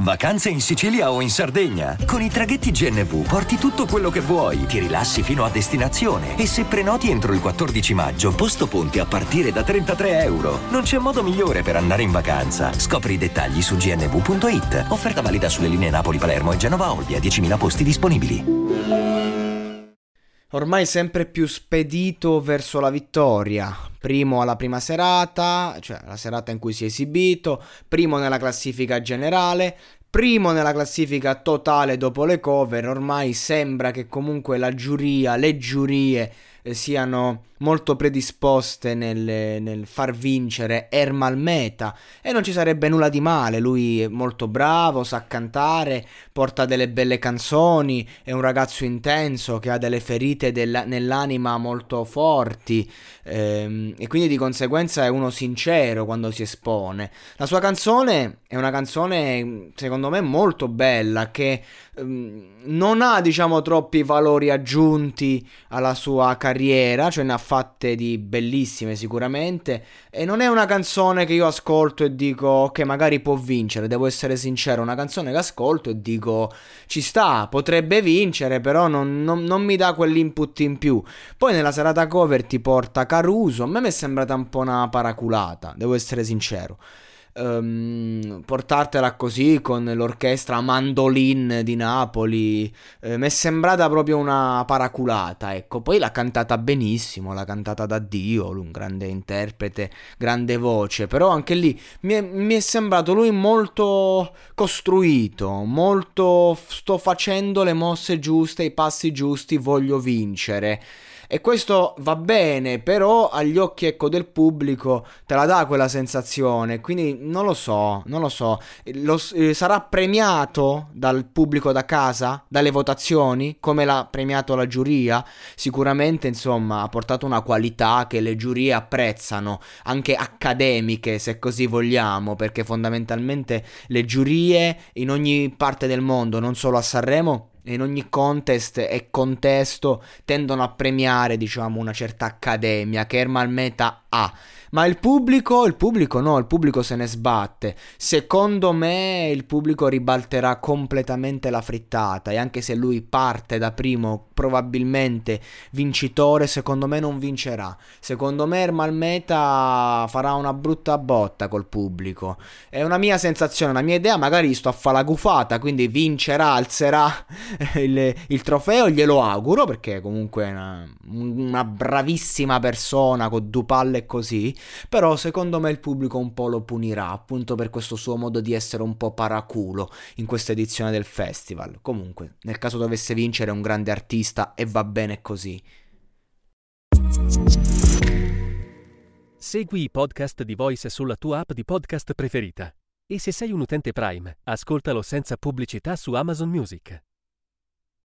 Vacanze in Sicilia o in Sardegna? Con i traghetti GNV porti tutto quello che vuoi, ti rilassi fino a destinazione e se prenoti entro il 14 maggio, posto ponti a partire da €33. Non c'è modo migliore per andare in vacanza. Scopri i dettagli su gnv.it. Offerta valida sulle linee Napoli-Palermo e Genova-Olbia, 10.000 posti disponibili. Ormai sempre più spedito verso la vittoria, primo alla prima serata, cioè la serata in cui si è esibito, primo nella classifica generale, primo nella classifica totale dopo le cover. Ormai sembra che comunque le giurie siano molto predisposte nel far vincere Ermal Meta, e non ci sarebbe nulla di male. Lui è molto bravo, sa cantare, porta delle belle canzoni, è un ragazzo intenso che ha delle ferite nell'anima molto forti, e quindi di conseguenza è uno sincero quando si espone. La sua canzone è una canzone secondo me molto bella, che non ha, diciamo, troppi valori aggiunti alla sua carriera, cioè ne ha fatte di bellissime sicuramente, e non è una canzone che io ascolto e dico ok, magari può vincere. Devo essere sincero, una canzone che ascolto e dico ci sta, potrebbe vincere, però non mi dà quell'input in più. Poi nella serata cover ti porta Caruso, a me mi è sembrata un po' una paraculata, devo essere sincero. Portartela così con l'orchestra Mandolin di Napoli mi è sembrata proprio una paraculata, ecco. Poi l'ha cantata benissimo, l'ha cantata da Dio, lui un grande interprete, grande voce, però anche lì mi è sembrato lui molto costruito, molto sto facendo le mosse giuste, i passi giusti, voglio vincere. E questo va bene, però agli occhi, ecco, del pubblico te la dà quella sensazione. Quindi non lo so. Sarà premiato dal pubblico da casa, dalle votazioni, come l'ha premiato la giuria? Sicuramente, insomma, ha portato una qualità che le giurie apprezzano, anche accademiche, se così vogliamo, perché fondamentalmente le giurie in ogni parte del mondo, non solo a Sanremo, in ogni contest e contesto, tendono a premiare, diciamo, una certa accademia che Ermal Meta ha. Ma il pubblico no, il pubblico se ne sbatte. Secondo me il pubblico ribalterà completamente la frittata, e anche se lui parte da primo probabilmente vincitore, secondo me non vincerà. Secondo me Ermal Meta farà una brutta botta col pubblico. È una mia sensazione, una mia idea, magari sto a fare la gufata, quindi vincerà, alzerà il trofeo, glielo auguro, perché comunque è una bravissima persona con due palle così. Però secondo me il pubblico un po' lo punirà, appunto per questo suo modo di essere un po' paraculo in questa edizione del festival. Comunque, nel caso dovesse vincere, è un grande artista e va bene così. Segui i podcast di Voice sulla tua app di podcast preferita. E se sei un utente Prime, ascoltalo senza pubblicità su Amazon Music.